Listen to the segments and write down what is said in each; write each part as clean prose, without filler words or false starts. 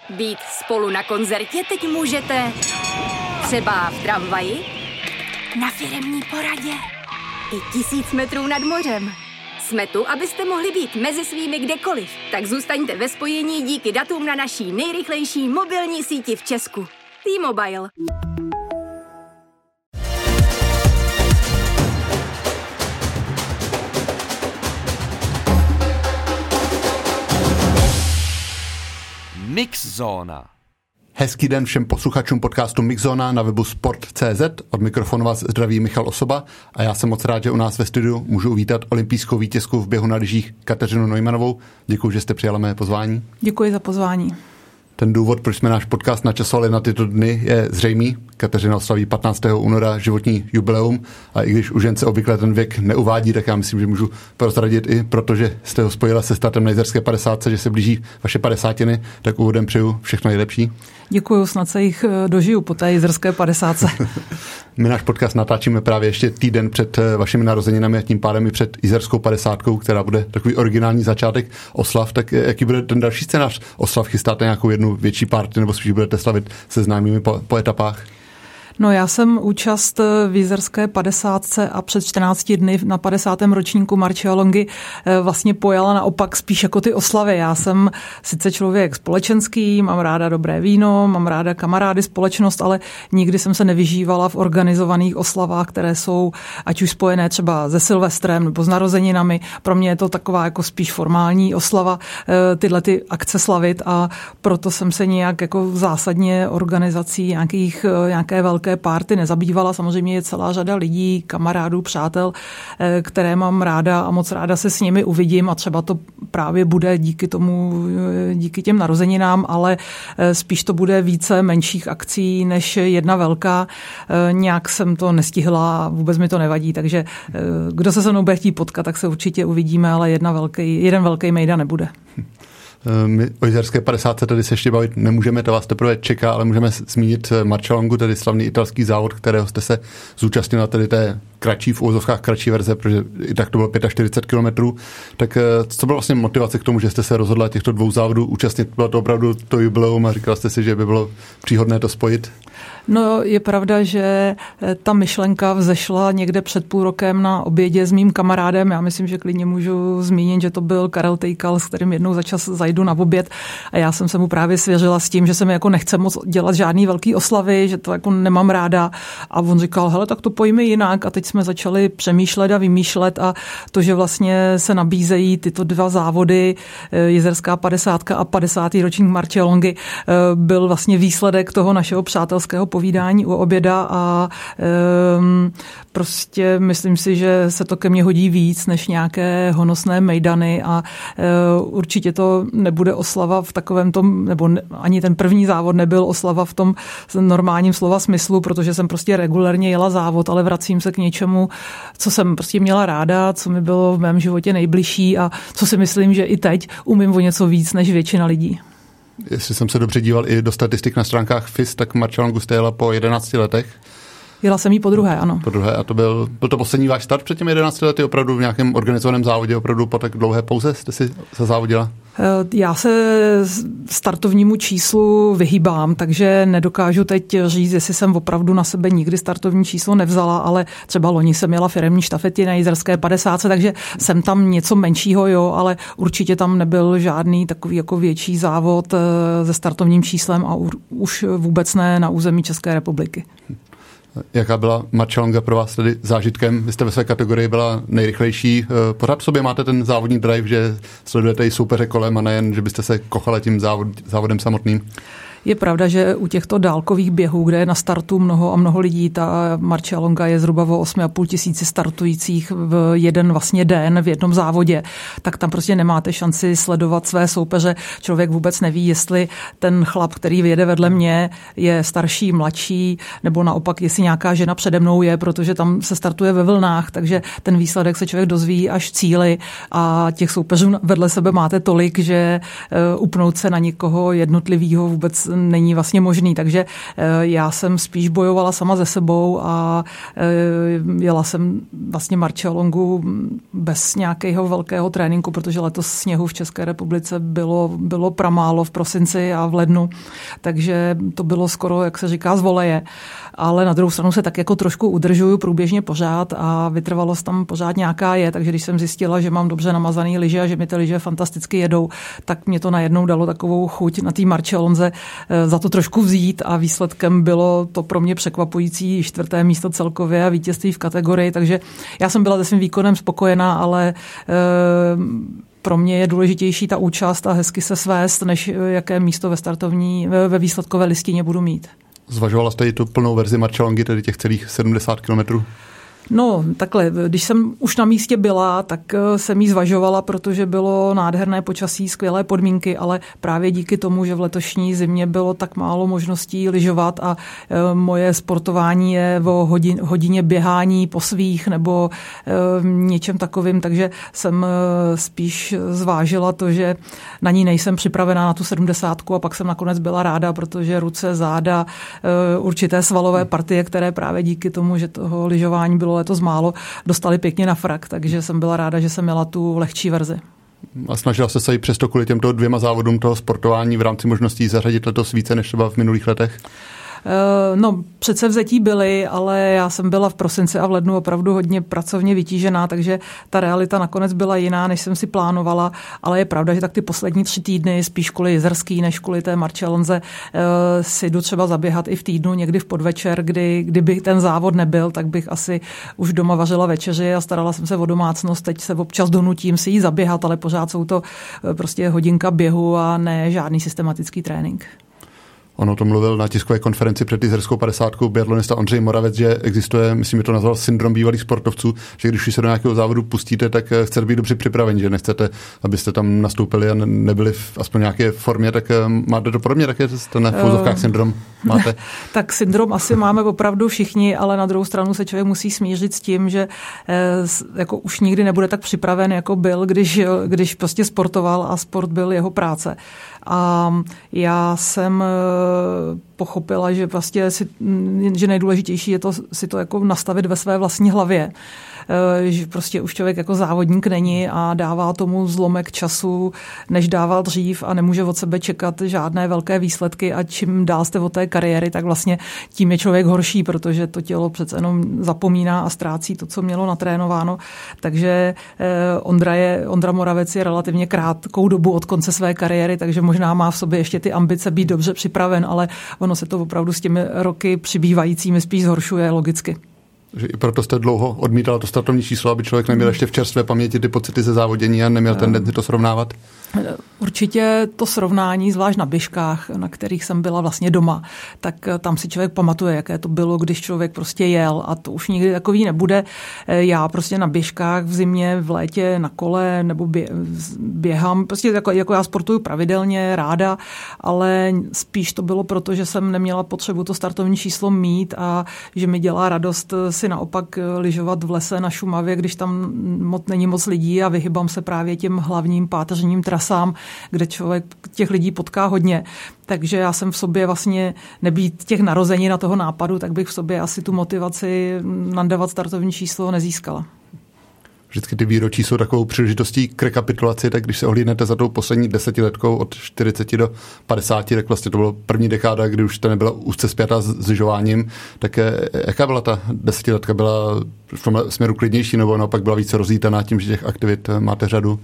Být spolu na koncertě teď můžete třeba v tramvaji, na firemní poradě i 1000 metrů nad mořem. Jsme tu, abyste mohli být mezi svými kdekoliv. Tak zůstaňte ve spojení díky datům na naší nejrychlejší mobilní síti v Česku. T-Mobile. Mixzóna. Hezký den všem posluchačům podcastu Mixzóna na webu sport.cz. Od mikrofonu vás zdraví Michal Osoba a já jsem moc rád, že u nás ve studiu můžu uvítat olympijskou vítězku v běhu na lyžích Kateřinu Neumannovou. Děkuji, že jste přijala mé pozvání. Děkuji za pozvání. Ten důvod, proč jsme náš podcast načasovali na tyto dny, je zřejmý. Kateřina oslaví 15. února životní jubileum a i když u žen se obvykle ten věk neuvádí, tak já myslím, že můžu prozradit i protože jste ho spojila se startem na jizerské 50, že se blíží vaše 50, tak úvodem přeju všechno nejlepší. Děkuju, snad se jich dožiju po té jizerské 50. My náš podcast natáčíme právě ještě týden před vašimi narozeninami a tím pádem i před jizerskou 50, která bude takový originální začátek oslav. Tak jaký bude ten další scénář oslav? Chystáte nějakou jednu větší party nebo spíš budete slavit se známými po etapách? No já jsem účast v jizerské 50 a před 14 dny na 50. ročníku Marcialongy vlastně pojala naopak spíš jako ty oslavy. Já jsem sice člověk společenský, mám ráda dobré víno, mám ráda kamarády, společnost, ale nikdy jsem se nevyžívala v organizovaných oslavách, které jsou ať už spojené třeba se Silvestrem nebo s narozeninami. Pro mě je to taková jako spíš formální oslava tyhle ty akce slavit a proto jsem se nějak jako zásadně organizací nějaké velké párty nezabývala. Samozřejmě je celá řada lidí, kamarádů, přátel, které mám ráda a moc ráda se s nimi uvidím a třeba to právě bude díky těm narozeninám, ale spíš to bude více menších akcí než jedna velká. Nějak jsem to nestihla a vůbec mi to nevadí, takže kdo se mnou bude chtít potkat, tak se určitě uvidíme, ale jeden velký mejdan nebude. My o jizerské 50 tady se ještě bavit nemůžeme, to vás teprve čeká, ale můžeme zmínit Marcialongu, tedy slavný italský závod, kterého jste se zúčastnil na tedy té kratší, v uvozovkách kratší verze, protože i tak to bylo 45 kilometrů. Tak co byla vlastně motivace k tomu, že jste se rozhodla těchto dvou závodů účastnit? Bylo to opravdu to jubileum a říkala jste si, že by bylo příhodné to spojit? No je pravda, že ta myšlenka vzešla někde před půl rokem na obědě s mým kamarádem. Já myslím, že klidně můžu zmínit, že to byl Karel Tejkal, s kterým jednou za čas zajdu na oběd a já jsem se mu právě svěřila s tím, že se mi jako nechce moc dělat žádný velký oslavy, že to jako nemám ráda a on říkal, hele, tak to pojďme jinak a teď jsme začali přemýšlet a vymýšlet a to, že vlastně se nabízejí tyto dva závody, jizerská 50 a 50. ročník Marcialongy, byl vlastně výsledek toho našeho přátelského povídání u oběda a prostě myslím si, že se to ke mně hodí víc než nějaké honosné mejdany a určitě to nebude oslava v takovém tom, nebo ani ten první závod nebyl oslava v tom normálním slova smyslu, protože jsem prostě regulérně jela závod, ale vracím se k něčemu, co jsem prostě měla ráda, co mi bylo v mém životě nejbližší a co si myslím, že i teď umím o něco víc než většina lidí. Jestli jsem se dobře díval i do statistik na stránkách FIS, tak Marcialongu jste jela po 11 letech. Jela jsem jí po druhé, ano. Po druhé a to byl to poslední váš start před těmi 11 lety, opravdu v nějakém organizovaném závodě, opravdu po tak dlouhé pauze jste si zazávodila? Já se startovnímu číslu vyhýbám, takže nedokážu teď říct, jestli jsem opravdu na sebe nikdy startovní číslo nevzala, ale třeba loni jsem měla firemní štafety na jizerské 50, takže jsem tam něco menšího, jo, ale určitě tam nebyl žádný takový jako větší závod se startovním číslem a už vůbec ne na území České republiky. Jaká byla Marcialonga pro vás tedy zážitkem? Vy jste ve své kategorii byla nejrychlejší. Pořád v sobě máte ten závodní drive, že sledujete i soupeře kolem a nejen, že byste se kochali tím závodem samotným? Je pravda, že u těchto dálkových běhů, kde je na startu mnoho lidí, ta Marcialonga je zhruba o 8,5 tisíci startujících v jeden vlastně den v jednom závodě, tak tam prostě nemáte šanci sledovat své soupeře. Člověk vůbec neví, jestli ten chlap, který vyjede vedle mě, je starší, mladší, nebo naopak, jestli nějaká žena přede mnou je, protože tam se startuje ve vlnách, takže ten výsledek se člověk dozví až cíli a těch soupeřů vedle sebe máte tolik, že upnout se na někoho jednotlivého vůbec není vlastně možný, takže já jsem spíš bojovala sama ze sebou a jela jsem vlastně Marcialongu bez nějakého velkého tréninku, protože letos sněhu v České republice bylo pramálo v prosinci a v lednu, takže to bylo skoro, jak se říká, z voleje. Ale na druhou stranu se tak jako trošku udržuju průběžně pořád a vytrvalost tam pořád nějaká je, takže když jsem zjistila, že mám dobře namazaný lyže a že mi ty lyže fantasticky jedou, tak mě to najednou dalo takovou chuť na té Marcialonze za to trošku vzít a výsledkem bylo to pro mě překvapující 4. místo celkově a vítězství v kategorii, takže já jsem byla se svým výkonem spokojená, ale pro mě je důležitější ta účast a hezky se svést, než jaké místo ve výsledkové listině budu mít. Zvažovala jste i tu plnou verzi Marcialongy, tedy těch celých 70 kilometrů? No, takhle, když jsem už na místě byla, tak jsem jí zvažovala, protože bylo nádherné počasí, skvělé podmínky, ale právě díky tomu, že v letošní zimě bylo tak málo možností lyžovat a moje sportování je o hodině běhání po svých nebo něčem takovým, takže jsem spíš zvážila to, že na ní nejsem připravená na tu 70 a pak jsem nakonec byla ráda, protože ruce, záda, určité svalové partie, které právě díky tomu, že toho lyžování bylo letos málo, dostali pěkně na frak, takže jsem byla ráda, že jsem měla tu lehčí verzi. A snažila jste se i přesto kvůli těmto 2 závodům toho sportování v rámci možností zařadit letos více než třeba v minulých letech? No, předsevzetí byly, ale já jsem byla v prosinci a v lednu opravdu hodně pracovně vytížená, takže ta realita nakonec byla jiná, než jsem si plánovala, ale je pravda, že tak ty poslední 3 týdny, spíš kvůli jezerský, než kvůli té Marcialonze, si jdu třeba zaběhat i v týdnu, někdy v podvečer, kdyby ten závod nebyl, tak bych asi už doma vařila večeři a starala jsem se o domácnost, teď se občas donutím si jí zaběhat, ale pořád jsou to prostě hodinka běhu a ne žádný systematický trénink. Ono to mluvil na tiskové konferenci před jizerskou 50 biatlonista Ondřej Moravec, že existuje, myslím, že to nazval syndrom bývalých sportovců, že když se do nějakého závodu pustíte, tak chcete být dobře připraveni, že nechcete, abyste tam nastoupili a nebyli v aspoň nějaké formě, tak máte to podobně, tak je to na fouzovkách syndrom máte? Tak syndrom asi máme opravdu všichni, ale na druhou stranu se člověk musí smířit s tím, že jako už nikdy nebude tak připraven, jako byl, když prostě sportoval a sport byl jeho práce. A já jsem pochopila, že vlastně že nejdůležitější je to si to jako nastavit ve své vlastní hlavě. Že prostě už člověk jako závodník není a dává tomu zlomek času, než dával dřív a nemůže od sebe čekat žádné velké výsledky a čím dál jste od té kariéry, tak vlastně tím je člověk horší, protože to tělo přece jenom zapomíná a ztrácí to, co mělo natrénováno. Takže Ondra Moravec je relativně krátkou dobu od konce své kariéry, takže možná má v sobě ještě ty ambice být dobře připraven, ale ono se to opravdu s těmi roky přibývajícími spíš zhoršuje logicky. Že i proto jste dlouho odmítala to startovní číslo, aby člověk neměl ještě v čerstvé paměti ty pocity ze závodění a neměl tendenci to srovnávat? Určitě to srovnání, zvlášť na běžkách, na kterých jsem byla vlastně doma, tak tam si člověk pamatuje, jaké to bylo, když člověk prostě jel a to už nikdy takový nebude. Já prostě na běžkách v zimě, v létě, na kole nebo běhám, prostě jako já sportuju pravidelně, ráda, ale spíš to bylo proto, že jsem neměla potřebu to startovní číslo mít a že mi dělá radost si naopak lyžovat v lese na Šumavě, když tam není moc lidí a vyhybám se právě těm hlavním páteřním trasám, kde člověk těch lidí potká hodně. Takže já jsem v sobě vlastně nebýt těch narozenin na toho nápadu, tak bych v sobě asi tu motivaci nadávat startovní číslo nezískala. Vždycky ty výročí jsou takovou příležitostí k rekapitulaci, tak když se ohlídnete za tou poslední 10letkou od 40 do 50, tak vlastně to bylo první dekáda, kdy už to nebyla úzce spjatá s lyžováním, tak jaká byla ta 10letka? Byla v tom směru klidnější nebo naopak byla více rozjítaná tím, že těch aktivit máte řadu?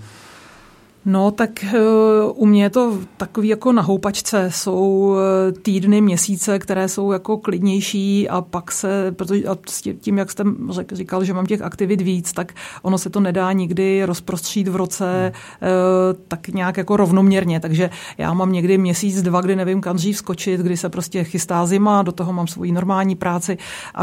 No, tak u mě je to takový jako na houpačce. Jsou týdny, měsíce, které jsou jako klidnější a pak se, protože tím, jak jste říkal, že mám těch aktivit víc, tak ono se to nedá nikdy rozprostřít v roce tak nějak jako rovnoměrně. Takže já mám někdy měsíc, 2, kdy nevím, kam dřív skočit, kdy se prostě chystá zima, do toho mám svoji normální práci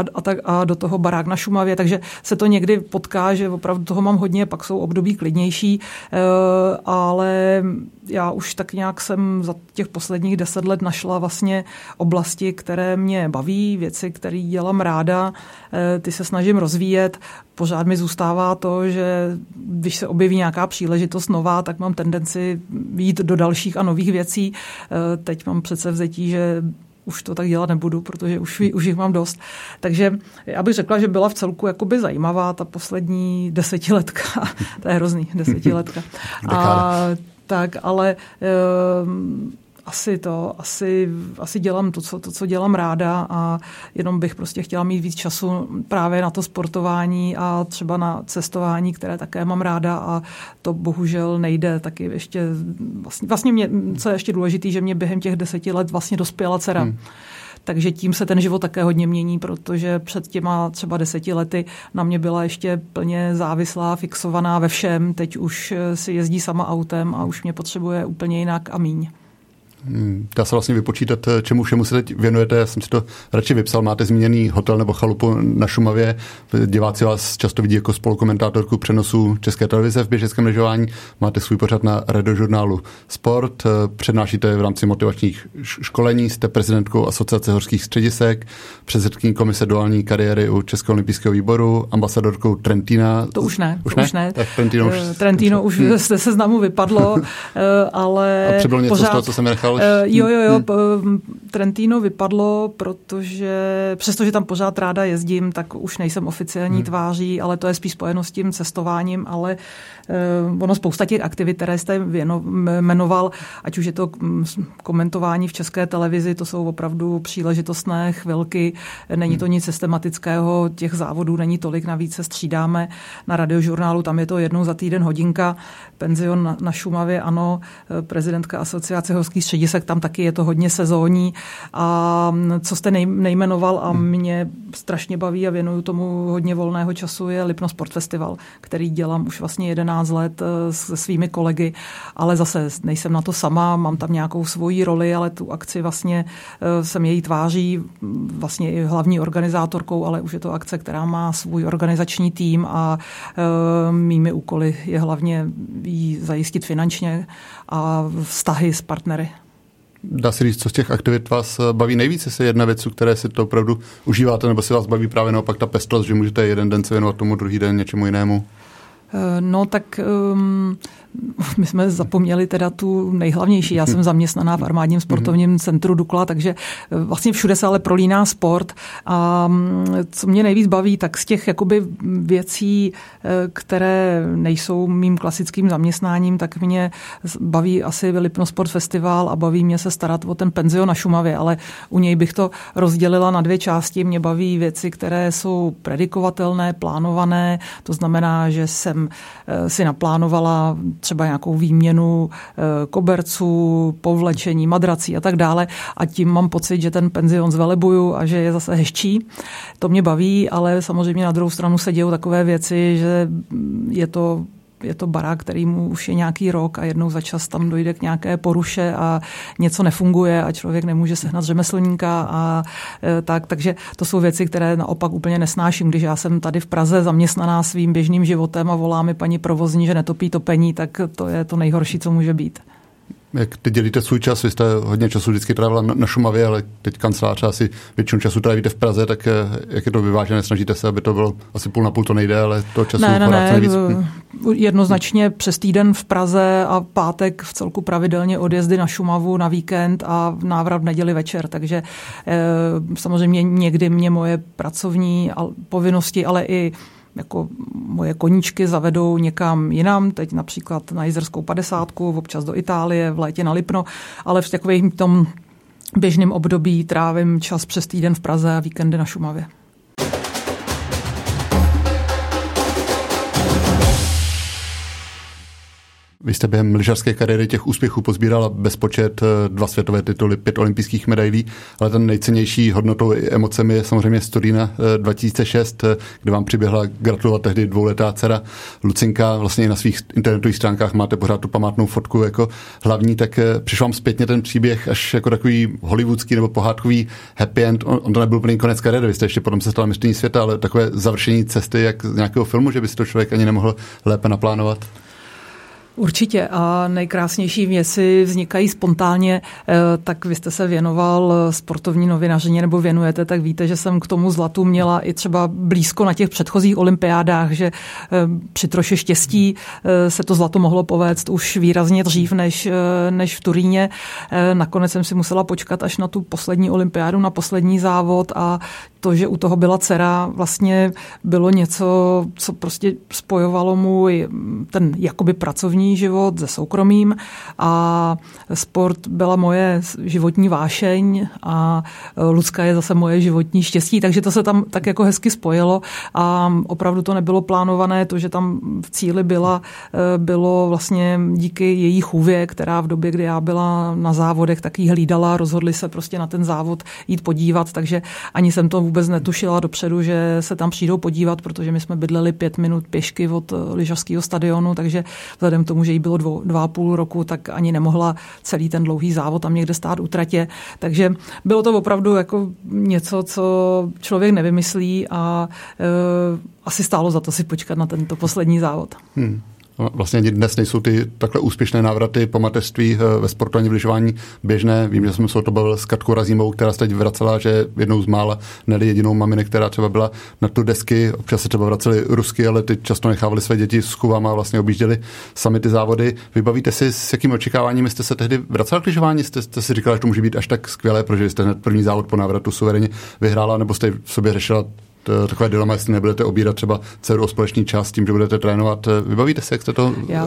a do toho barák na Šumavě, takže se to někdy potká, že opravdu toho mám hodně, pak jsou období klidnější, ale já už tak nějak jsem za těch posledních 10 let našla vlastně oblasti, které mě baví, věci, které dělám ráda, ty se snažím rozvíjet. Pořád mi zůstává to, že když se objeví nějaká příležitost nová, tak mám tendenci jít do dalších a nových věcí. Teď mám předsevzetí, že už to tak dělat nebudu, protože už jich mám dost. Takže já bych řekla, že byla v celku jakoby zajímavá ta poslední 10letka. To je hrozný, 10letka. Tak, ale asi dělám to, co dělám ráda a jenom bych prostě chtěla mít víc času právě na to sportování a třeba na cestování, které také mám ráda a to bohužel nejde. Taky ještě vlastně mě, co je ještě důležitý, že mě během těch 10 let vlastně dospěla dcera. Takže tím se ten život také hodně mění, protože před těma třeba 10 lety na mě byla ještě plně závislá, fixovaná ve všem. Teď už si jezdí sama autem a už mě potřebuje úplně jinak a míň. Dá se vlastně vypočítat, čemu všemu se teď věnujete. Já jsem si to radši vypsal. Máte zmíněný hotel nebo chalupu na Šumavě. Diváci vás často vidí jako spolukomentátorku přenosu České televize v běžeckém lyžování. Máte svůj pořad na radiožurnálu Sport. Přednášíte v rámci motivačních školení. Jste prezidentkou Asociace horských středisek, předsedkyní komise duální kariéry u Českého olympijského výboru, ambasadorkou Trentina. To už ne. Tak Trentino už ze seznamu vypadlo, ale a přibylo něco z toho, co jsem nechal. Trentino vypadlo, protože přestože tam pořád ráda jezdím, tak už nejsem oficiální tváří, ale to je spíš spojeno s tím cestováním, ale ono spousta těch aktivit, které jste jmenoval, ať už je to komentování v České televizi, to jsou opravdu příležitostné chvilky, není to nic systematického, těch závodů není tolik, navíc se střídáme na radiožurnálu, tam je to jednou za týden hodinka, penzion na Šumavě, ano, prezidentka Asociace horských středisek, tam taky je to hodně sezónní a co jste nejmenoval a mě strašně baví a věnuju tomu hodně volného času je Lipno Sport Festival, který dělám už vlastně 11 let se svými kolegy, ale zase nejsem na to sama, mám tam nějakou svoji roli, ale tu akci vlastně jsem její tváří, vlastně i hlavní organizátorkou, ale už je to akce, která má svůj organizační tým a mými úkoly je hlavně ji zajistit finančně a vztahy s partnery. Dá se říct, co z těch aktivit vás baví nejvíc, jestli jedna věc, které si to opravdu užíváte, nebo si vás baví právě naopak ta pestrost, že můžete jeden den se věnovat tomu, druhý den něčemu jinému? No tak my jsme zapomněli teda tu nejhlavnější. Já jsem zaměstnaná v armádním sportovním centru Dukla, takže vlastně všude se ale prolíná sport. A co mě nejvíc baví, tak z těch jakoby věcí, které nejsou mým klasickým zaměstnáním, tak mě baví asi Lipno Sport Festival a baví mě se starat o ten penzion na Šumavě, ale u něj bych to rozdělila na 2 části. Mě baví věci, které jsou predikovatelné, plánované, to znamená, že jsem si naplánovala třeba nějakou výměnu koberců, povlečení, madrací a tak dále a tím mám pocit, že ten penzion zvelebuju a že je zase hezčí. To mě baví, ale samozřejmě na druhou stranu se dějou takové věci, že je to barák, který mu už je nějaký rok a jednou za čas tam dojde k nějaké poruše a něco nefunguje a člověk nemůže sehnat řemeslníka a tak. Takže to jsou věci, které naopak úplně nesnáším. Když já jsem tady v Praze zaměstnaná svým běžným životem a volá mi paní provozní, že netopí topení, tak to je to nejhorší, co může být. Jak ty dělíte svůj čas? Vy jste hodně času vždycky trávila na Šumavě, ale teď kanceláře asi většinu času trávíte v Praze, tak jak je to vyvážené? Snažíte se, aby to bylo asi půl na půl, to nejde, ale to času nejvíc. Jednoznačně přes týden v Praze a pátek v celku pravidelně odjezdy na Šumavu na víkend a návrat v neděli večer, takže samozřejmě někdy mě moje pracovní povinnosti, ale i jako moje koníčky zavedou někam jinam, teď například na Jizerskou 50, občas do Itálie, v létě na Lipno, ale v takovém tom běžném období trávím čas přes týden v Praze a víkendy na Šumavě. Vy jste během lyžařské kariéry těch úspěchů pozbírala bezpočet, 2 světové tituly, 5 olympijských medailí, ale ten nejcennější hodnotou i emocemi je samozřejmě z Turína 2006, kde vám přiběhla gratulovat tehdy 2letá dcera Lucinka. Vlastně i na svých internetových stránkách máte pořád tu památnou fotku jako hlavní, tak přišel vám zpětně ten příběh až jako takový hollywoodský nebo pohádkový happy end. On to nebyl úplný konec kariéry, vy jste ještě potom se stala mistryní světa, ale takové završení cesty jak z nějakého filmu, že by si to člověk ani nemohl lépe naplánovat. Určitě a nejkrásnější věci vznikají spontánně, tak vy jste se věnoval sportovní novinařině nebo věnujete, tak víte, že jsem k tomu zlatu měla i třeba blízko na těch předchozích olympiádách, že při troše štěstí se to zlato mohlo povést už výrazně dřív než v Turíně. Nakonec jsem si musela počkat až na tu poslední olympiádu, na poslední závod a to, že u toho byla dcera, vlastně bylo něco, co prostě spojovalo můj ten jakoby pracovní život se soukromým a sport byla moje životní vášeň a Lucka je zase moje životní štěstí, takže to se tam tak jako hezky spojilo a opravdu to nebylo plánované, to, že tam v cíli bylo vlastně díky její chůvě, která v době, kdy já byla na závodech, tak jí hlídala, rozhodli se prostě na ten závod jít podívat, takže ani jsem to vůbec netušila dopředu, že se tam přijdou podívat, protože my jsme bydleli 5 minut pěšky od lyžařského stadionu, takže vzhledem k tomu, že jí bylo 2,5 roku, tak ani nemohla celý ten dlouhý závod tam někde stát u tratě. Takže bylo to opravdu jako něco, co člověk nevymyslí a asi stálo za to si počkat na tento poslední závod. Vlastně dnes nejsou ty takhle úspěšné návraty po mateřství ve sportu ani v lyžování běžné. Vím, že jsem se o to bavil s Katkou Razímovou, která se teď vracela, že jednou z mála, ne jedinou maminek, která třeba byla na tu desky. Občas se třeba vraceli rusky, ale ty často nechávali své děti s chůvama a vlastně objížděli sami ty závody. Vybavíte si, s jakými očekáváními jste se tehdy vracela k lyžování? Jste si říkala, že to může být až tak skvělé, protože jste hned první závod po návratu suverénně vyhrála, nebo jste v sobě řešila takové dilema, jestli nebudete obírat třeba dceru o společný čas tím, že budete trénovat. Vybavíte se, jak jste to Já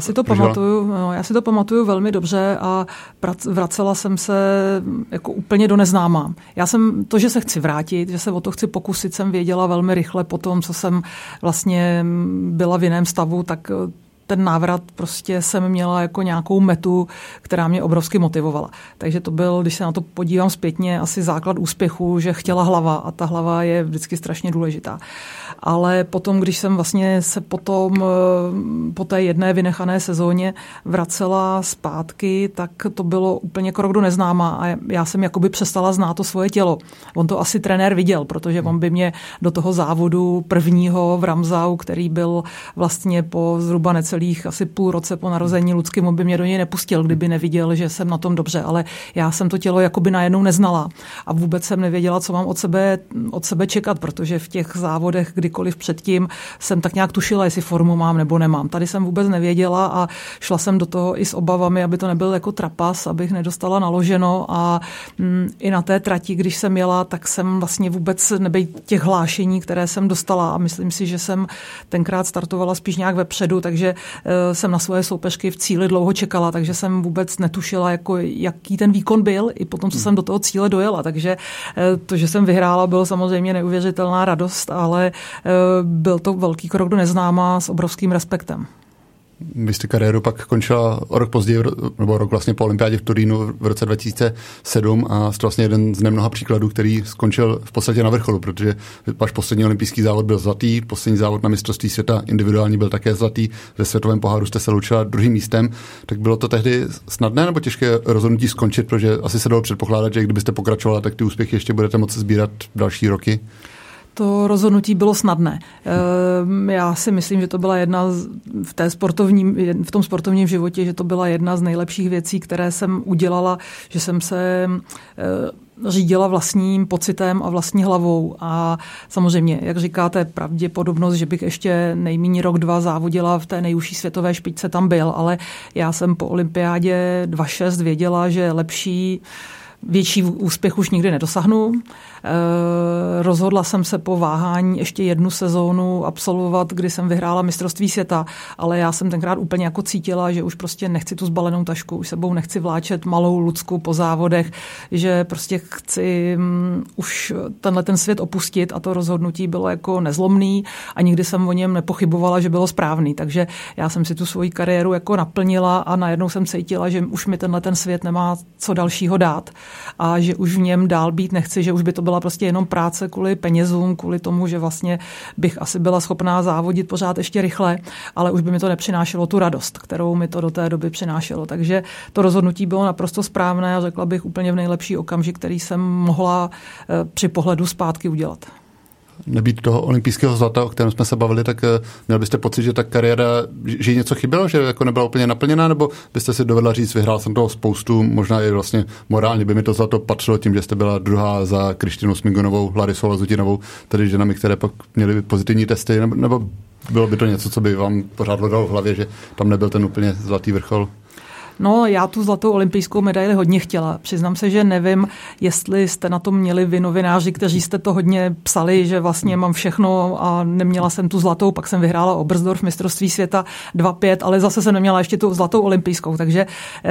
si to pamatuju velmi dobře a vracela jsem se jako úplně do neznáma. Já jsem to, že se chci vrátit, že se o to chci pokusit, jsem věděla velmi rychle po tom, co jsem vlastně byla v jiném stavu, tak ten návrat prostě jsem měla jako nějakou metu, která mě obrovsky motivovala. Takže to byl, když se na to podívám zpětně, asi základ úspěchu, že chtěla hlava a ta hlava je vždycky strašně důležitá. Ale potom, když jsem vlastně se potom po té jedné vynechané sezóně vracela zpátky, tak to bylo úplně krok do neznáma a já jsem jakoby přestala znát to svoje tělo. On to asi trenér viděl, protože on by mě do toho závodu prvního v Ramsau, který byl vlastně po zhruba necelých asi půl roce po narození Lucky, on by mě do něj nepustil, kdyby neviděl, že jsem na tom dobře, ale já jsem to tělo jakoby najednou neznala a vůbec jsem nevěděla, co mám od sebe čekat, protože v těch závodech kdykoliv předtím jsem tak nějak tušila, jestli formu mám nebo nemám. Tady jsem vůbec nevěděla a šla jsem do toho i s obavami, aby to nebyl jako trapas, abych nedostala naloženo a i na té trati, když jsem jela, tak jsem vlastně vůbec nebejt těch hlášení, které jsem dostala a myslím si, že jsem tenkrát startovala spíš nějak vepředu, takže jsem na svoje soupeřky v cíli dlouho čekala, takže jsem vůbec netušila, jako, jaký ten výkon byl i potom, co jsem do toho cíle dojela. Takže to, že jsem vyhrála, bylo samozřejmě neuvěřitelná radost, ale byl to velký krok do neznáma s obrovským respektem. Vy jste kariéru pak končila o rok později, nebo rok vlastně po olympiádě v Turínu v roce 2007 a jste vlastně jeden z nemnoha příkladů, který skončil v podstatě na vrcholu, protože váš poslední olympijský závod byl zlatý, poslední závod na mistrovství světa individuální byl také zlatý, ve světovém poháru jste se loučila druhým místem, tak bylo to tehdy snadné nebo těžké rozhodnutí skončit, protože asi se dalo předpokládat, že kdybyste pokračovala, tak ty úspěchy ještě budete moci sbírat další roky? To rozhodnutí bylo snadné. Já si myslím, že to byla v tom sportovním životě, že to byla jedna z nejlepších věcí, které jsem udělala, že jsem se řídila vlastním pocitem a vlastní hlavou. A samozřejmě, jak říkáte, pravděpodobnost, že bych ještě nejméně rok, 2 závodila v té nejužší světové špičce tam byl, ale já jsem po olympiádě 2006 věděla, že větší úspěch už nikdy nedosáhnu. Rozhodla jsem se po váhání ještě jednu sezónu absolvovat, kdy jsem vyhrála mistrovství světa, ale já jsem tenkrát úplně jako cítila, že už prostě nechci tu zbalenou tašku, už sebou nechci vláčet malou Lucku po závodech, že prostě chci už ten svět opustit a to rozhodnutí bylo jako nezlomný a nikdy jsem o něm nepochybovala, že bylo správný. Takže já jsem si tu svoji kariéru jako naplnila a najednou jsem cítila, že už mi ten svět nemá co dalšího dát a že už v něm dál být nechci, že už by to byla prostě jenom práce kvůli penězům, kvůli tomu, že vlastně bych asi byla schopná závodit pořád ještě rychle, ale už by mi to nepřinášelo tu radost, kterou mi to do té doby přinášelo. Takže to rozhodnutí bylo naprosto správné a řekla bych úplně v nejlepší okamžik, který jsem mohla při pohledu zpátky udělat. nebýt toho olympijského zlata, o kterém jsme se bavili, tak měl byste pocit, že ta kariéra, že něco chybělo, že jako nebyla úplně naplněná, nebo byste si dovedla říct, vyhrál jsem toho spoustu, možná i vlastně morálně by mi to zlato patřilo tím, že jste byla druhá za Krištínou Smigonovou, Larissou Lazutinovou, tedy ženami, které pak měly pozitivní testy, nebo bylo by to něco, co by vám pořád dalo v hlavě, že tam nebyl ten úplně zlatý vrchol? No, já tu zlatou olympijskou medaili hodně chtěla. Přiznám se, že nevím, jestli jste na to měli vy novináři, kteří jste to hodně psali, že vlastně mám všechno a neměla jsem tu zlatou, pak jsem vyhrála Oberstdorf mistrovství světa 2-5, ale zase jsem neměla ještě tu zlatou olympijskou, takže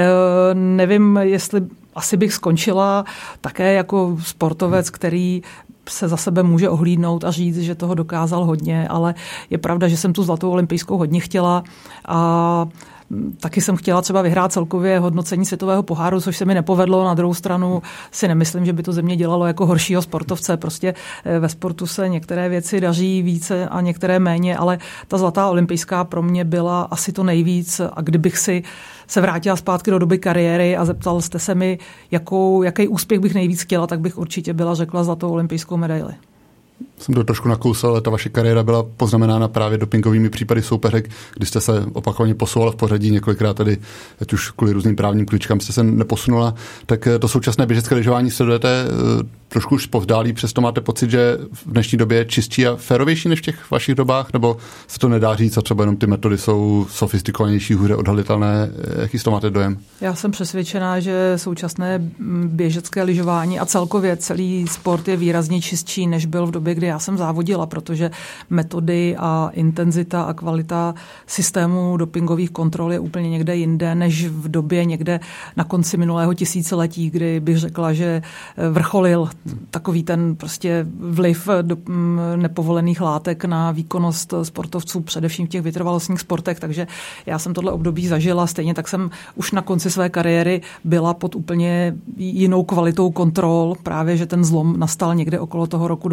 nevím, jestli asi bych skončila také jako sportovec, který se za sebe může ohlídnout a říct, že toho dokázal hodně, ale je pravda, že jsem tu zlatou olympijskou hodně chtěla a taky jsem chtěla třeba vyhrát celkově hodnocení světového poháru, což se mi nepovedlo. Na druhou stranu si nemyslím, že by to ze mě dělalo jako horšího sportovce. Prostě ve sportu se některé věci daří více a některé méně, ale ta zlatá olympijská pro mě byla asi to nejvíc. A kdybych si se vrátila zpátky do doby kariéry a zeptal jste se mi, jaký úspěch bych nejvíc chtěla, tak bych určitě řekla zlatou olympijskou medaili. Jsem to trošku nakousal, ale ta vaše kariéra byla poznamenána právě dopingovými případy soupeřek, kdy jste se opakovaně posouvala v pořadí, několikrát tedy, ať už kvůli různým právním kličkám jste se neposunula, tak to současné běžecké lyžování sledujete trošku už povzdálí, přesto máte pocit, že v dnešní době je čistší a férovější než v těch vašich dobách, nebo se to nedá říct a třeba jenom ty metody jsou sofistikovanější, hůře odhalitelné, jaký z toho máte dojem? Já jsem přesvědčená, že současné běžecké lyžování a celkově celý sport je výrazně čistší, než byl v době, kdy já jsem závodila, protože metody a intenzita a kvalita systému dopingových kontrol je úplně někde jinde, než v době někde na konci minulého tisíciletí, kdy bych řekla, že vrcholil takový ten prostě vliv nepovolených látek na výkonnost sportovců, především v těch vytrvalostních sportech, takže já jsem tohle období zažila, stejně tak jsem už na konci své kariéry byla pod úplně jinou kvalitou kontrol, právě že ten zlom nastal někde okolo toho roku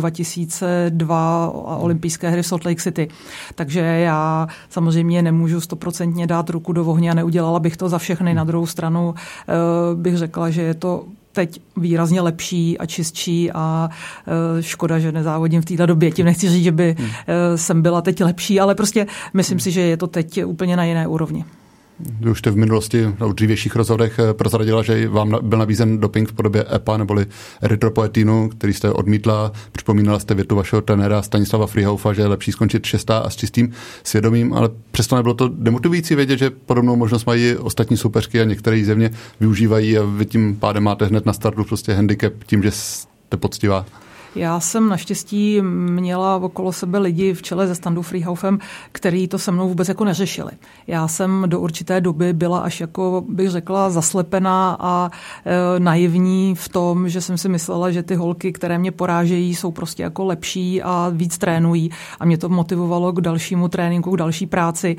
2002 a olympijské hry v Salt Lake City. Takže já samozřejmě nemůžu 100% dát ruku do ohně a neudělala bych to za všechny. Na druhou stranu bych řekla, že je to teď výrazně lepší a čistší a škoda, že nezávodím v této době. Tím nechci říct, že by jsem byla teď lepší, ale prostě myslím si, že je to teď úplně na jiné úrovni. Vy už jste v minulosti v dřívějších rozhodech prozradila, že vám byl nabízen doping v podobě EPA neboli erytropoetinu, který jste odmítla. Připomínala jste větu vašeho trenéra Stanislava Frihaufa, že je lepší skončit 6. a s čistým svědomím, ale přesto nebylo to demotivující vědět, že podobnou možnost mají ostatní soupeřky a některé ji zjevně využívají a vy tím pádem máte hned na startu prostě handicap tím, že jste poctivá. Já jsem naštěstí měla okolo sebe lidi v čele se Standou Frihaufem, který to se mnou vůbec jako neřešili. Já jsem do určité doby byla až jako, bych řekla, zaslepená a naivní v tom, že jsem si myslela, že ty holky, které mě porážejí, jsou prostě jako lepší a víc trénují. A mě to motivovalo k dalšímu tréninku, k další práci.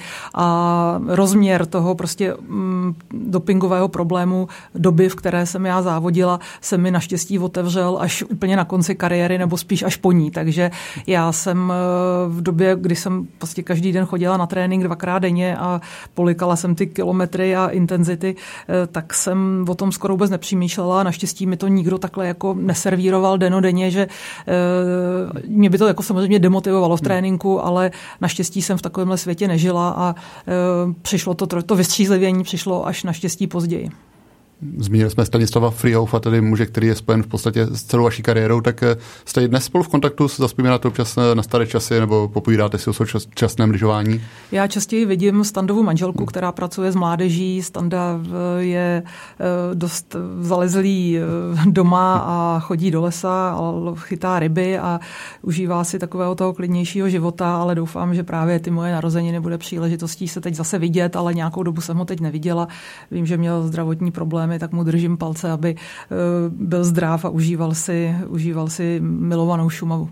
A rozměr toho prostě dopingového problému doby, v které jsem já závodila, se mi naštěstí otevřel až úplně na konci kariéry, nebo spíš až po ní. Takže já jsem v době, kdy jsem prostě každý den chodila na trénink 2krát denně a polikala jsem ty kilometry a intenzity, tak jsem o tom skoro vůbec nepřemýšlela. Naštěstí mi to nikdo takhle jako neservíroval dennodenně, že mě by to jako samozřejmě demotivovalo v tréninku, ale naštěstí jsem v takovémhle světě nežila a přišlo to vystřízlivění přišlo až naštěstí později. Zmínili jsme Stanislava Frihaufa, tedy muže, který je spojen v podstatě s celou vaší kariérou, tak jste dnes spolu v kontaktu, zavzpomínáte občas na staré časy nebo popovídáte si o současném lyžování? Já častěji vidím Standovu manželku, která pracuje s mládeží. Standa je dost zalezlý doma a chodí do lesa a chytá ryby a užívá si takového toho klidnějšího života, ale doufám, že právě ty moje narozeniny bude příležitostí se teď zase vidět, ale nějakou dobu jsem ho teď neviděla. Vím, že měl zdravotní problémy, tak mu držím palce, aby byl zdrav a užíval si milovanou Šumavu.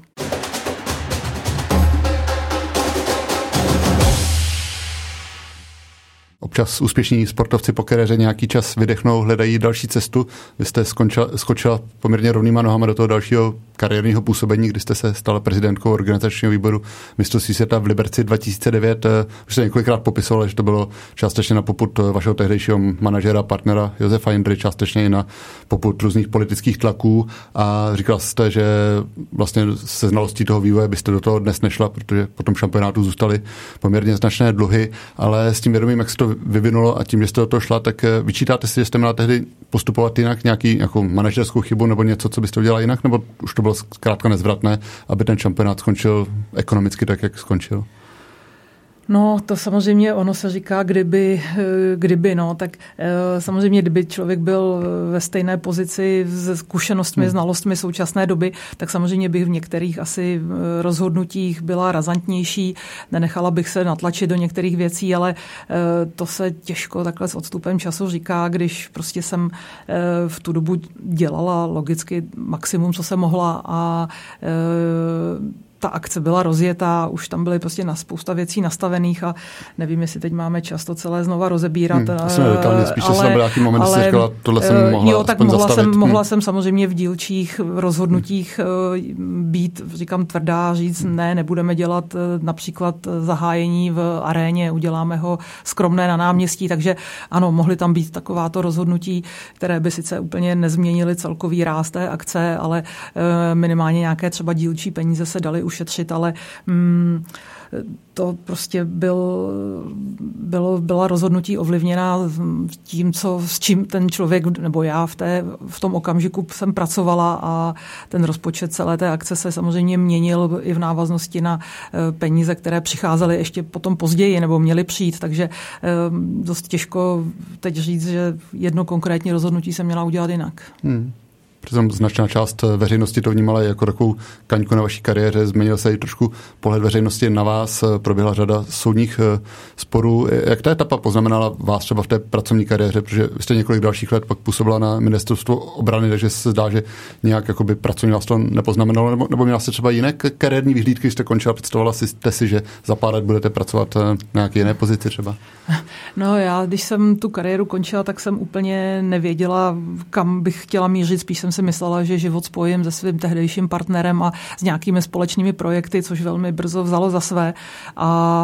Občas úspěšní sportovci po kariéře nějaký čas vydechnou, hledají další cestu. Vy jste skočila poměrně rovnýma nohama do toho dalšího kariérního působení, kdy jste se stala prezidentkou organizačního výboru mistrovství světa v Liberci 2009. Už jste několikrát popisovala, že to bylo částečně na popud vašeho tehdejšího manažera, partnera Josefa Jindry, částečně i na popud různých politických tlaků a říkala jste, že vlastně se znalostí toho vývoje byste do toho dnes nešla, protože po tom šampionátu zůstaly poměrně značné dluhy, ale s tím vědomím, jak se to vyvinulo a tím, že jste do toho šla, tak vyčítáte si, že jste měla tehdy postupovat jinak, nějakou manažerskou chybu nebo něco, co byste udělala jinak, nebo už to bylo zkrátka nezvratné, aby ten šampionát skončil ekonomicky tak, jak skončil? No, to samozřejmě ono se říká, kdyby, no, tak samozřejmě, kdyby člověk byl ve stejné pozici se zkušenostmi, znalostmi současné doby, tak samozřejmě bych v některých asi rozhodnutích byla razantnější, nenechala bych se natlačit do některých věcí, ale to se těžko takhle s odstupem času říká, když prostě jsem v tu dobu dělala logicky maximum, co jsem mohla a ta akce byla rozjetá, už tam byly prostě na spousta věcí nastavených a nevím, jestli teď máme čas to celé znova rozebírat. Mohla jsem samozřejmě v dílčích rozhodnutích být, říkám, tvrdá, říct ne, nebudeme dělat například zahájení v aréně, uděláme ho skromné na náměstí, takže ano, mohly tam být takováto rozhodnutí, které by sice úplně nezměnily celkový ráz té akce, ale minimálně nějaké třeba dílčí peníze se daly ušetřit, ale to prostě byla rozhodnutí ovlivněná tím, s čím ten člověk, nebo já v tom okamžiku jsem pracovala a ten rozpočet celé té akce se samozřejmě měnil i v návaznosti na peníze, které přicházely ještě potom později nebo měly přijít, takže dost těžko teď říct, že jedno konkrétní rozhodnutí jsem měla udělat jinak. Přitom značná část veřejnosti to vnímala jako takovou kaňku na vaší kariéře, změnil se i trošku pohled veřejnosti na vás, proběhla řada soudních sporů. Jak ta etapa poznamenala vás třeba v té pracovní kariéře, protože vy jste několik dalších let pak působila na ministerstvu obrany, takže se zdá, že nějak jakoby pracovní vás to nepoznamenalo, nebo měla jste třeba jiné kariérní vyhlídky, když jste končila, představovala jste si, že za pár let budete pracovat na nějaké jiné pozici třeba? No já, když jsem tu kariéru končila, tak jsem úplně nevěděla, kam bych chtěla mířit, spíš jsem si myslela, že život spojím se svým tehdejším partnerem a s nějakými společnými projekty, což velmi brzo vzalo za své. A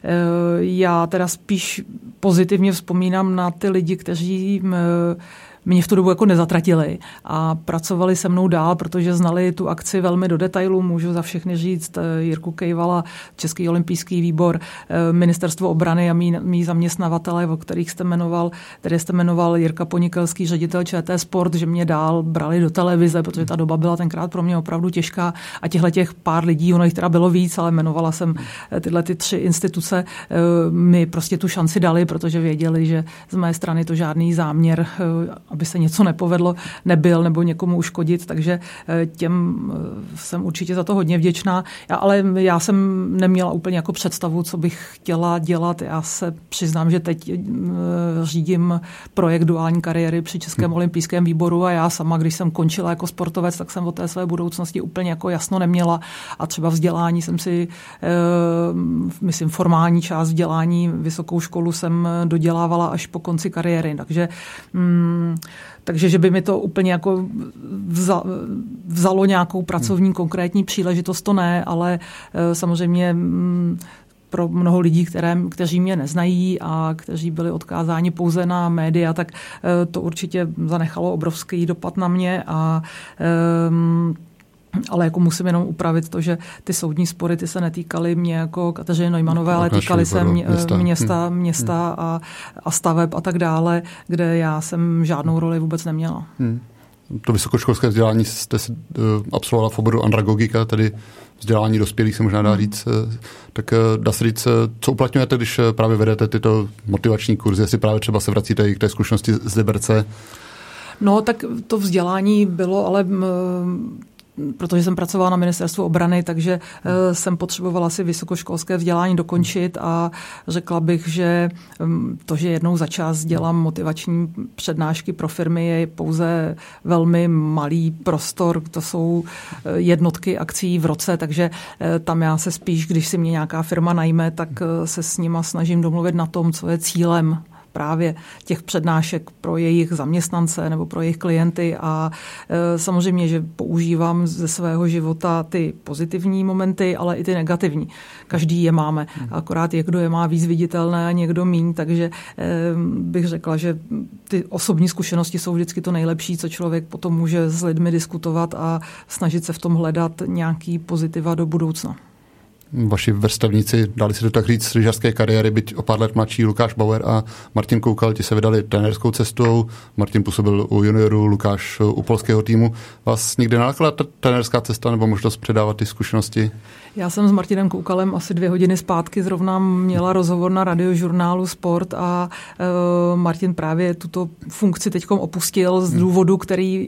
já teda spíš pozitivně vzpomínám na ty lidi, kteří mě v tu dobu jako nezatratili a pracovali se mnou dál, protože znali tu akci velmi do detailu. Můžu za všechny říct Jirku Kejvala, Český olympijský výbor, Ministerstvo obrany a mý zaměstnavatele, o kterých jste jmenoval Jirka Ponikelský, ředitel ČT Sport, že mě dál brali do televize, protože ta doba byla tenkrát pro mě opravdu těžká a těch pár lidí, ono jich teda bylo víc, ale jmenovala jsem tyhle ty 3 instituce, mi prostě tu šanci dali, protože věděli, že z mé strany to žádný záměr, aby se něco nepovedlo, nebyl nebo někomu uškodit, takže těm jsem určitě za to hodně vděčná. Ale já jsem neměla úplně jako představu, co bych chtěla dělat. Já se přiznám, že teď řídím projekt duální kariéry při Českém olympijském výboru a já sama, když jsem končila jako sportovec, tak jsem o té své budoucnosti úplně jako jasno neměla a třeba vzdělání jsem si, myslím, formální část vzdělání, vysokou školu jsem dodělávala až po konci kariéry, takže že by mi to úplně jako vzalo nějakou pracovní konkrétní příležitost, to ne, ale samozřejmě pro mnoho lidí, kteří mě neznají a kteří byli odkázáni pouze na média, tak to určitě zanechalo obrovský dopad na mě ale jako musím jenom upravit to, že ty soudní spory ty se netýkaly mě jako Kateřiny Neumanové, ale týkaly se města a staveb a tak dále, kde já jsem žádnou roli vůbec neměla. To vysokoškolské vzdělání jste si absolvovala v oboru andragogika, tedy vzdělání dospělých se možná dá říct. Tak dá se říct, co uplatňujete, když právě vedete tyto motivační kurzy, jestli právě třeba se vracíte i k té zkušenosti z Liberce? No, tak to vzdělání bylo, ale protože jsem pracovala na ministerstvu obrany, takže jsem potřebovala si vysokoškolské vzdělání dokončit a řekla bych, že to, že jednou za čas dělám motivační přednášky pro firmy, je pouze velmi malý prostor. To jsou jednotky akcí v roce, takže tam já se spíš, když si mě nějaká firma najme, tak se s nima snažím domluvit na tom, co je cílem právě těch přednášek pro jejich zaměstnance nebo pro jejich klienty a samozřejmě, že používám ze svého života ty pozitivní momenty, ale i ty negativní. Každý je máme. Akorát kdo je má víc viditelné a někdo míň, takže bych řekla, že ty osobní zkušenosti jsou vždycky to nejlepší, co člověk potom může s lidmi diskutovat a snažit se v tom hledat nějaký pozitiva do budoucna. Vaši vrstevníci, dali si to tak říct, z lyžařské kariéry, byť o pár let mladší, Lukáš Bauer a Martin Koukal, ti se vydali trenérskou cestou. Martin působil u juniorů, Lukáš u polského týmu. Vás někdy nalákala ta trenérská cesta nebo možnost předávat ty zkušenosti? Já jsem s Martinem Koukalem asi 2 hodiny zpátky zrovna měla rozhovor na radiožurnálu Sport a Martin právě tuto funkci teďkom opustil z důvodu,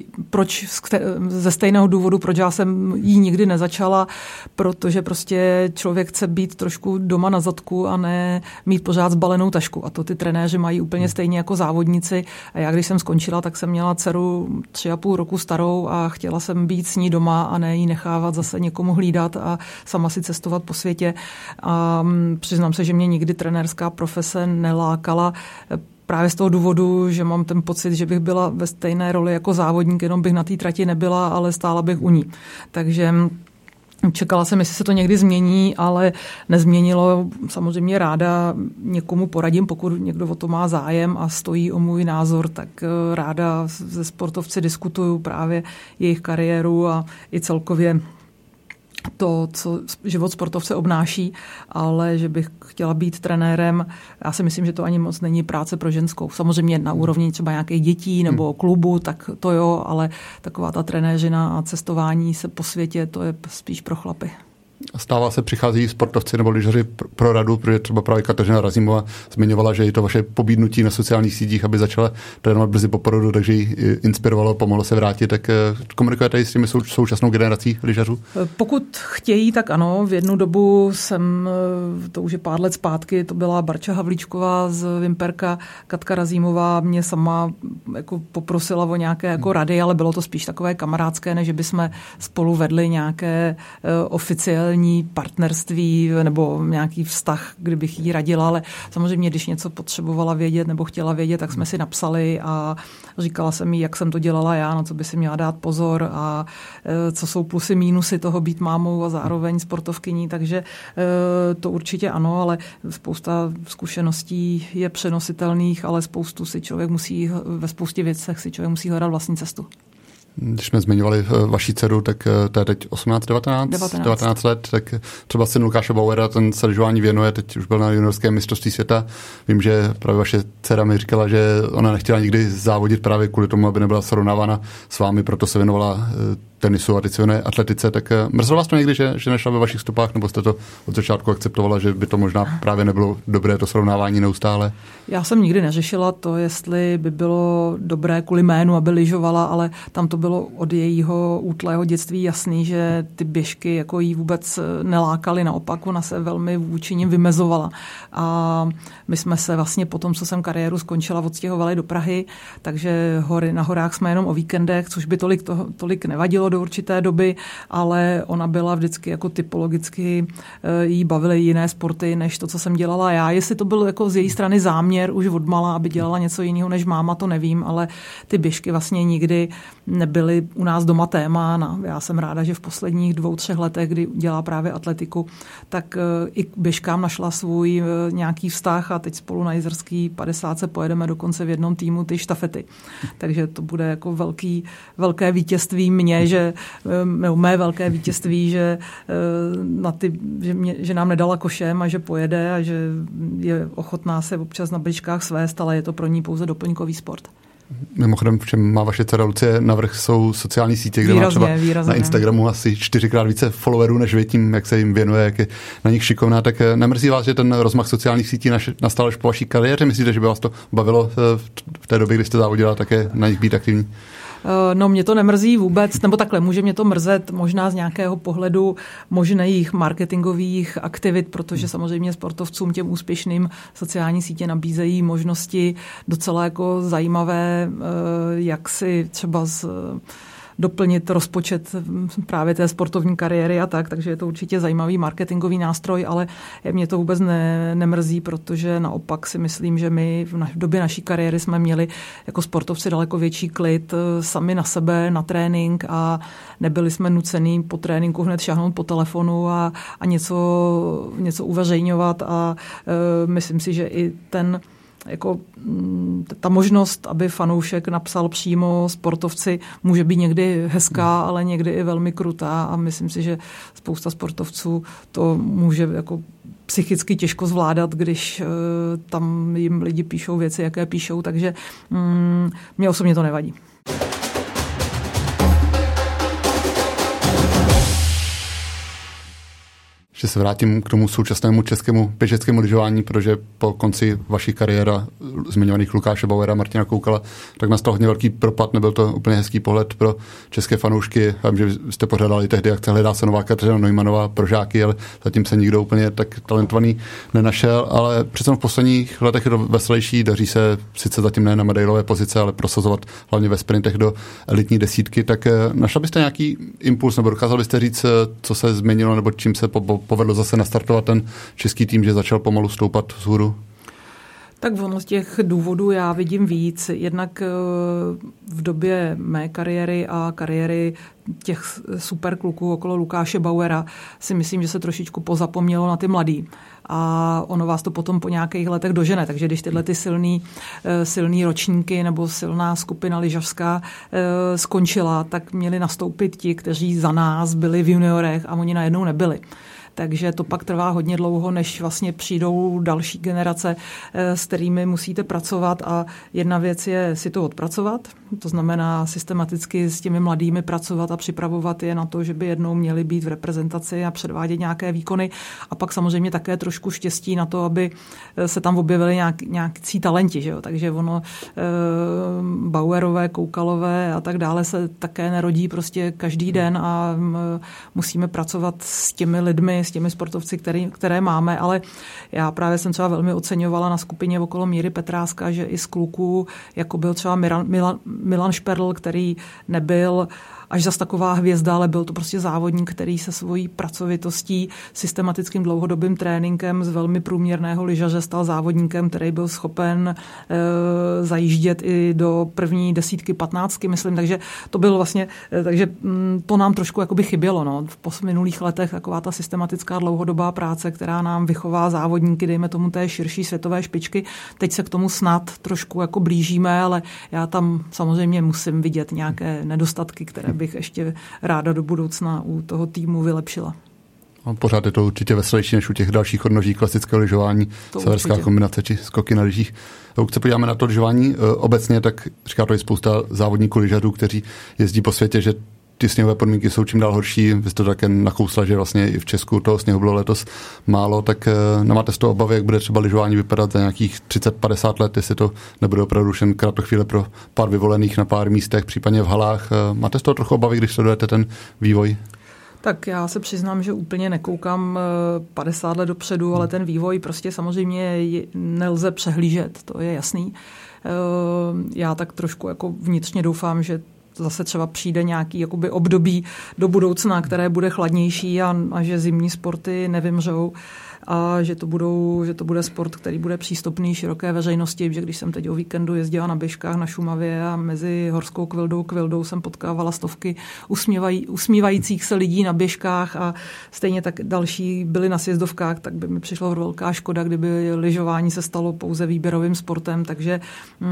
ze stejného důvodu, proč já jsem jí nikdy nezačala, protože prostě člověk chce být trošku doma na zadku a ne mít pořád zbalenou tašku. A to ty trenéři mají úplně stejně jako závodníci. A já, když jsem skončila, tak jsem měla dceru 3,5 roku starou a chtěla jsem být s ní doma a ne jí nechávat zase někomu hlídat a sama si cestovat po světě. A přiznám se, že mě nikdy trenérská profese nelákala. Právě z toho důvodu, že mám ten pocit, že bych byla ve stejné roli jako závodník, jenom bych na té trati nebyla, ale stála bych u ní. Takže čekala jsem, jestli se to někdy změní, ale nezměnilo. Samozřejmě ráda někomu poradím, pokud někdo o to má zájem a stojí o můj názor, tak ráda se sportovci diskutuju právě jejich kariéru a i celkově to, co život sportovce obnáší, ale že bych chtěla být trenérem, já si myslím, že to ani moc není práce pro ženskou. Samozřejmě na úrovni třeba nějakých dětí nebo klubu, tak to jo, ale taková ta trenéřina a cestování se po světě, to je spíš pro chlapy. Stává se, přichází sportovci nebo lyžaři pro radu, protože třeba právě Kateřina Razímová zmiňovala, že i to vaše pobídnutí na sociálních sítích, aby začala trénovat brzy po porodu, takže ji inspirovalo, pomohlo se vrátit. Tak komunikujete i s těmi současnou generací lyžařů? Pokud chtějí, tak ano. V jednu dobu jsem, to už je pár let zpátky, to byla Barča Havlíčková z Vimperka, Katka Razímová mě sama jako poprosila o nějaké jako rady, ale bylo to spíš takové kamarádské, než by jsme spolu vedli nějaké oficiální partnerství nebo nějaký vztah, kdybych jí radila, ale samozřejmě, když něco potřebovala vědět nebo chtěla vědět, tak jsme si napsali a říkala jsem jí, jak jsem to dělala já, na co by si měla dát pozor a co jsou plusy, mínusy toho být mámou a zároveň sportovkyní, takže to určitě ano, ale spousta zkušeností je přenositelných, ale ve spoustě věcech si člověk musí hledat vlastní cestu. Když jsme zmiňovali vaši dceru, tak to je teď 19 let, tak třeba syn Lukáše Bauera, ten se lyžování věnuje, teď už byl na juniorském mistrovství světa. Vím, že právě vaše dcera mi říkala, že ona nechtěla nikdy závodit právě kvůli tomu, aby nebyla srovnávána s vámi, proto se věnovala tenisu a teď se věnuje atletice. Tak mrzelo vás to někdy, že nešla ve vašich stopách, nebo jste to od začátku akceptovala, že by to možná právě nebylo dobré to srovnávání neustále? Já jsem nikdy neřešila to, jestli by bylo dobré kvůli jménu, aby lyžovala, ale tam to bylo od jejího útlého dětství jasný, že ty běžky jako jí vůbec nelákaly, naopak ona se velmi vůči nim vymezovala. A my jsme se vlastně po tom, co jsem kariéru skončila, odstěhovali do Prahy, takže na horách jsme jenom o víkendech, což by tolik nevadilo do určité doby, ale ona byla vždycky jako typologicky, jí bavily jiné sporty, než to, co jsem dělala já. Jestli to byl jako z její strany záměr už odmala, aby dělala něco jiného než máma, to nevím, ale ty běžky vlastně nikdy nebyly u nás doma téma. Já jsem ráda, že v posledních 2-3 letech, kdy dělá právě atletiku, tak i k běžkám našla svůj nějaký vztah a teď spolu na Jizerský 50 pojedeme dokonce v jednom týmu ty štafety. Takže to bude jako velké vítězství mé velké vítězství, že nám nedala košem a že pojede a že je ochotná se občas na běžkách svést, ale je to pro ní pouze doplňkový sport. Mimochodem, v čem má vaše dcera Lucie navrch, jsou sociální sítě, kde má třeba na Instagramu asi 4x více followerů než vy, tím, jak se jim věnuje, jak je na nich šikovná. Tak nemrzí vás, že ten rozmach sociálních sítí nastal až po vaší kariéře? Myslíte, že by vás to bavilo v té době, kdy jste závodila, také na nich být aktivní? No, mě to nemrzí vůbec, nebo takhle, může mě to mrzet možná z nějakého pohledu možných marketingových aktivit, protože samozřejmě sportovcům těm úspěšným sociální sítě nabízejí možnosti docela jako zajímavé, jak si třeba doplnit rozpočet právě té sportovní kariéry a tak, takže je to určitě zajímavý marketingový nástroj, ale mě to vůbec nemrzí, protože naopak si myslím, že my v době naší kariéry jsme měli jako sportovci daleko větší klid sami na sebe, na trénink a nebyli jsme nucený po tréninku hned šáhnout po telefonu a něco uveřejňovat a myslím si, že i ta možnost, aby fanoušek napsal přímo sportovci, může být někdy hezká, ale někdy i velmi krutá a myslím si, že spousta sportovců to může jako psychicky těžko zvládat, když tam jim lidi píšou věci, jaké píšou, takže mě osobně to nevadí. Že se vrátím k tomu současnému českému běžeckému lyžování, protože po konci vaší kariéra zmiňovaných Lukáše Bauera, Martina Koukala, tak nastal hodně velký propad, nebyl to úplně hezký pohled pro české fanoušky. Vím, že jste pořádali tehdy akce Hledá se nová Kateřina Neumannová pro žáky, ale zatím se nikdo úplně tak talentovaný nenašel, ale přece v posledních letech je to veselější, daří se sice zatím ne na medailové pozice, ale prosazovat hlavně ve sprintech do elitní desítky, tak našla byste nějaký impuls, nebo dokázal byste říct, co se změnilo, nebo čím se povedlo zase nastartovat ten český tým, že začal pomalu stoupat vzhůru? Tak ono z těch důvodů já vidím víc. Jednak v době mé kariéry a kariéry těch super kluků okolo Lukáše Bauera si myslím, že se trošičku pozapomnělo na ty mladý. A ono vás to potom po nějakých letech dožene. Takže když tyhle ty silný ročníky nebo silná skupina lyžařská skončila, tak měli nastoupit ti, kteří za nás byli v juniorech a oni najednou nebyli. Takže to pak trvá hodně dlouho, než vlastně přijdou další generace, s kterými musíte pracovat a jedna věc je si to odpracovat, to znamená systematicky s těmi mladými pracovat a připravovat je na to, že by jednou měli být v reprezentaci a předvádět nějaké výkony a pak samozřejmě také trošku štěstí na to, aby se tam objevili nějaký talenti, že jo? Takže ono Bauerové, Koukalové a tak dále se také nerodí prostě každý den a musíme pracovat s těmi lidmi, s těmi sportovci, které máme, ale já právě jsem třeba velmi oceňovala na skupině okolo Míry Petráska, že i z kluků, jako byl třeba Milan Šperl, který nebyl až zas taková hvězda, ale byl to prostě závodník, který se svojí pracovitostí, systematickým dlouhodobým tréninkem z velmi průměrného lyžaře stal závodníkem, který byl schopen zajíždět i do první 10, 15, myslím, takže to bylo vlastně, takže to nám trošku jakoby chybělo, no. V minulých letech taková ta systematická dlouhodobá práce, která nám vychová závodníky, dejme tomu té širší světové špičky. Teď se k tomu snad trošku jako blížíme, ale já tam samozřejmě musím vidět nějaké nedostatky, které bych ještě ráda do budoucna u toho týmu vylepšila. A pořád je to určitě veselější než u těch dalších odnoží klasického lyžování, severská kombinace či skoky na lyžích. Pokud se podíváme na to lyžování obecně, tak říká to i spousta závodníků lyžařů, kteří jezdí po světě, že ty sněhové podmínky jsou čím dál horší. Vy jste to také nakousla, že vlastně i v Česku toho sněhu bylo letos málo, tak nemáte z toho obavy, jak bude třeba lyžování vypadat za nějakých 30-50 let, jestli to nebude opravdu už jen kratochvíle pro pár vyvolených na pár místech, případně v halách. Máte z toho trochu obavy, když sledujete ten vývoj? Tak já se přiznám, že úplně nekoukám 50 let dopředu, ale ten vývoj prostě samozřejmě nelze přehlížet, to je jasný. Já tak trošku jako vnitřně doufám, že zase třeba přijde nějaký jakoby období do budoucna, které bude chladnější a že zimní sporty nevymřou a že to bude sport, který bude přístupný široké veřejnosti, že když jsem teď o víkendu jezdila na běžkách na Šumavě a mezi horskou kvildou jsem potkávala stovky usmívajících se lidí na běžkách a stejně tak další byli na sjezdovkách, tak by mi přišla velká škoda, kdyby lyžování se stalo pouze výběrovým sportem, takže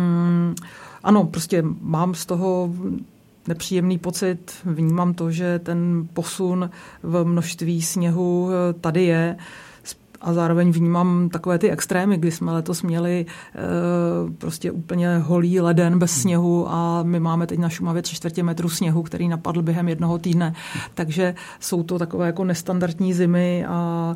ano, prostě mám z toho nepříjemný pocit, vnímám to, že ten posun v množství sněhu tady je a zároveň vnímám takové ty extrémy, kdy jsme letos měli prostě úplně holý leden bez sněhu a my máme teď na Šumavě 3/4 metru sněhu, který napadl během jednoho týdne. Takže jsou to takové jako nestandardní zimy a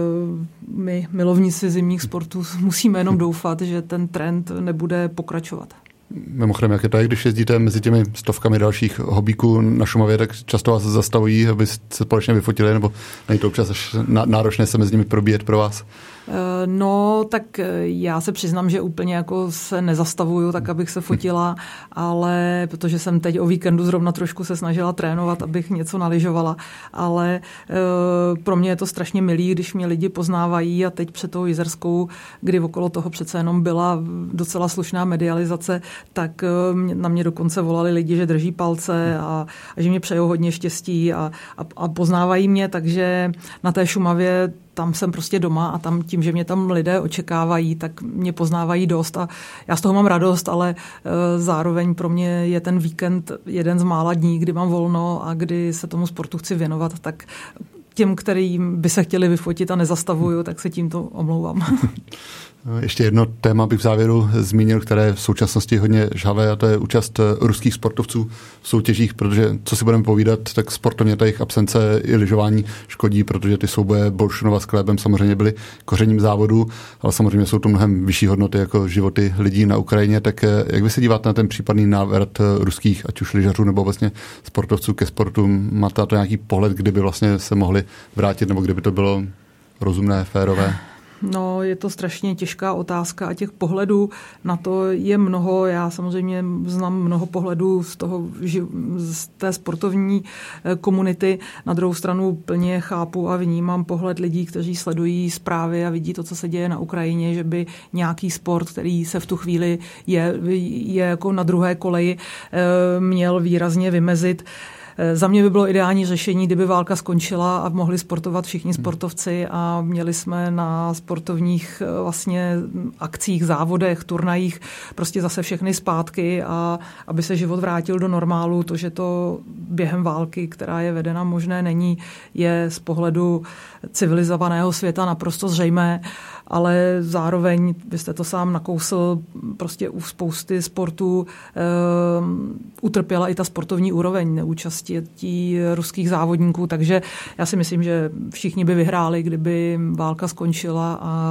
my milovníci zimních sportů musíme jenom doufat, že ten trend nebude pokračovat. Mimochodem, jak je to, když jezdíte mezi těmi stovkami dalších hobíků na Šumavě, tak často vás zastavují, aby se společně vyfotili, nebo není to občas až náročné se mezi nimi probíjet pro vás? No, tak já se přiznám, že úplně jako se nezastavuju tak, abych se fotila, ale protože jsem teď o víkendu zrovna trošku se snažila trénovat, abych něco nalyžovala, ale pro mě je to strašně milý, když mě lidi poznávají a teď před tou Jizerskou, kdy okolo toho přece jenom byla docela slušná medializace, tak na mě dokonce volali lidi, že drží palce a že mě přejou hodně štěstí a poznávají mě, takže na té Šumavě tam jsem prostě doma a tam tím, že mě tam lidé očekávají, tak mě poznávají dost a já z toho mám radost, ale zároveň pro mě je ten víkend jeden z mála dní, kdy mám volno a kdy se tomu sportu chci věnovat, tak těm, kterým by se chtěli vyfotit a nezastavuju, tak se tímto omlouvám. Ještě jedno téma bych v závěru zmínil, které je v současnosti hodně žhavé, a to je účast ruských sportovců v soutěžích, protože, co si budeme povídat, tak sportovně ta jejich absence i lyžování škodí, protože ty souboje Bolšunova s Klébem samozřejmě byly kořením závodu, ale samozřejmě jsou to mnohem vyšší hodnoty jako životy lidí na Ukrajině. Tak jak vy se díváte na ten případný návrat ruských, ať už lyžařů nebo vlastně sportovců ke sportu? Máte to nějaký pohled, kdyby vlastně se mohli vrátit, nebo kdyby to bylo rozumné, férové? No, je to strašně těžká otázka a těch pohledů na to je mnoho. Já samozřejmě znám mnoho pohledů z té sportovní komunity. Na druhou stranu plně chápu a vnímám pohled lidí, kteří sledují zprávy a vidí to, co se děje na Ukrajině, že by nějaký sport, který se v tu chvíli je jako na druhé koleji, měl výrazně vymezit. Za mě by bylo ideální řešení, kdyby válka skončila a mohli sportovat všichni sportovci a měli jsme na sportovních vlastně akcích, závodech, turnajích prostě zase všechny zpátky a aby se život vrátil do normálu. To, že to během války, která je vedena, možné není, je z pohledu civilizovaného světa naprosto zřejmé, ale zároveň, vy jste to sám nakousl, prostě u spousty sportů utrpěla i ta sportovní úroveň neúčastí ruských závodníků, takže já si myslím, že všichni by vyhráli, kdyby válka skončila a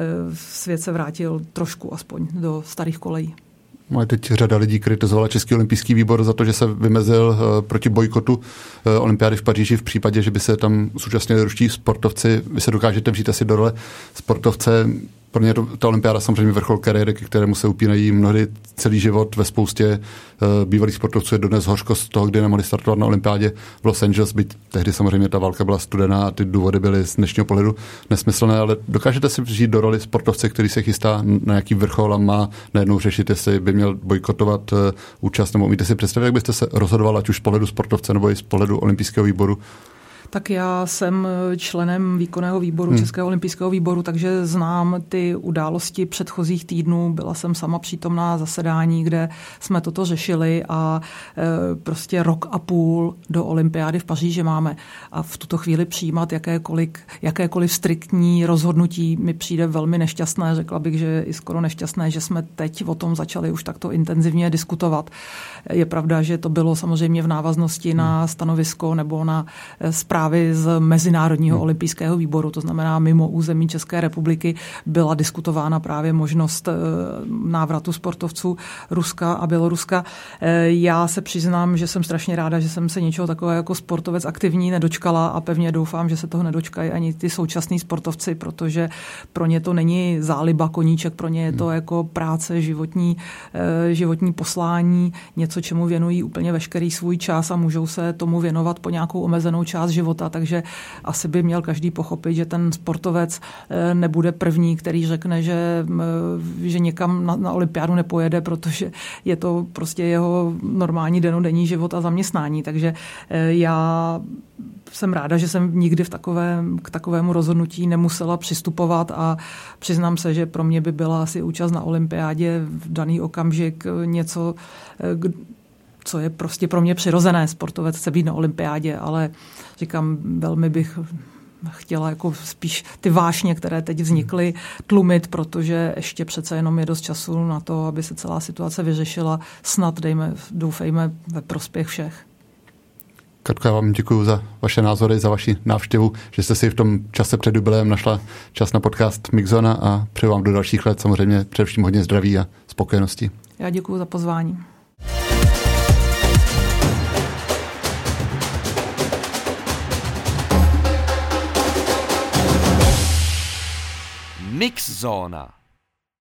svět se vrátil trošku aspoň do starých kolejí. Ale teď řada lidí kritizovala Český olympijský výbor za to, že se vymezil proti bojkotu olympiády v Paříži v případě, že by se tam zúčastnili ruští sportovci. Vy se dokážete vžít asi do role sportovce. Pro mě ta olympiáda samozřejmě vrchol kariéry, ke kterému se upínají mnohdy celý život. Ve spoustě bývalých sportovců je dodnes hořko z toho, kdy nemohli startovat na olympiádě v Los Angeles, byť tehdy samozřejmě ta válka byla studená a ty důvody byly z dnešního pohledu nesmyslné, ale dokážete si vžít do roli sportovce, který se chystá na nějaký vrchol a má najednou řešit, jestli by měl bojkotovat účast, nebo umíte si představit, jak byste se rozhodoval, ať už z pohledu sportovce nebo i z pohledu olympijského výboru? Tak já jsem členem výkonného výboru Českého olympijského výboru, takže znám ty události předchozích týdnů. Byla jsem sama přítomná zasedání, kde jsme toto řešili a prostě rok a půl do olympiády v Paříži máme. A v tuto chvíli přijímat jakékoliv striktní rozhodnutí mi přijde velmi nešťastné. Řekla bych, že i skoro nešťastné, že jsme teď o tom začali už takto intenzivně diskutovat. Je pravda, že to bylo samozřejmě v návaznosti na stanovisko nebo na zprávy z Mezinárodního olympijského výboru, to znamená mimo území České republiky, byla diskutována právě možnost návratu sportovců Ruska a Běloruska. Já se přiznám, že jsem strašně ráda, že jsem se něčeho takového jako sportovec aktivní nedočkala a pevně doufám, že se toho nedočkají ani ty současní sportovci, protože pro ně to není záliba, koníček, pro ně je to jako práce, životní poslání, něco, čemu věnují úplně veškerý svůj čas a můžou se tomu věnovat po nějakou omezenou část života. Takže asi by měl každý pochopit, že ten sportovec nebude první, který řekne, že někam na olympiádu nepojede, protože je to prostě jeho normální dennodenní život a zaměstnání. Takže já jsem ráda, že jsem nikdy k takovému rozhodnutí nemusela přistupovat a přiznám se, že pro mě by byla asi účast na olympiádě v daný okamžik něco, co je prostě pro mě přirozené. Sportovec chce být na olympiádě, ale říkám, velmi bych chtěla jako spíš ty vášně, které teď vznikly, tlumit, protože ještě přece jenom je dost času na to, aby se celá situace vyřešila. Snad doufejme ve prospěch všech. Katko, já vám děkuji za vaše názory, za vaši návštěvu, že jste si v tom čase před jubileem našla čas na podcast Mixzona a přeju vám do dalších let samozřejmě především hodně zdraví a spokojenosti. Já děkuji za pozvání. Mix Zóna.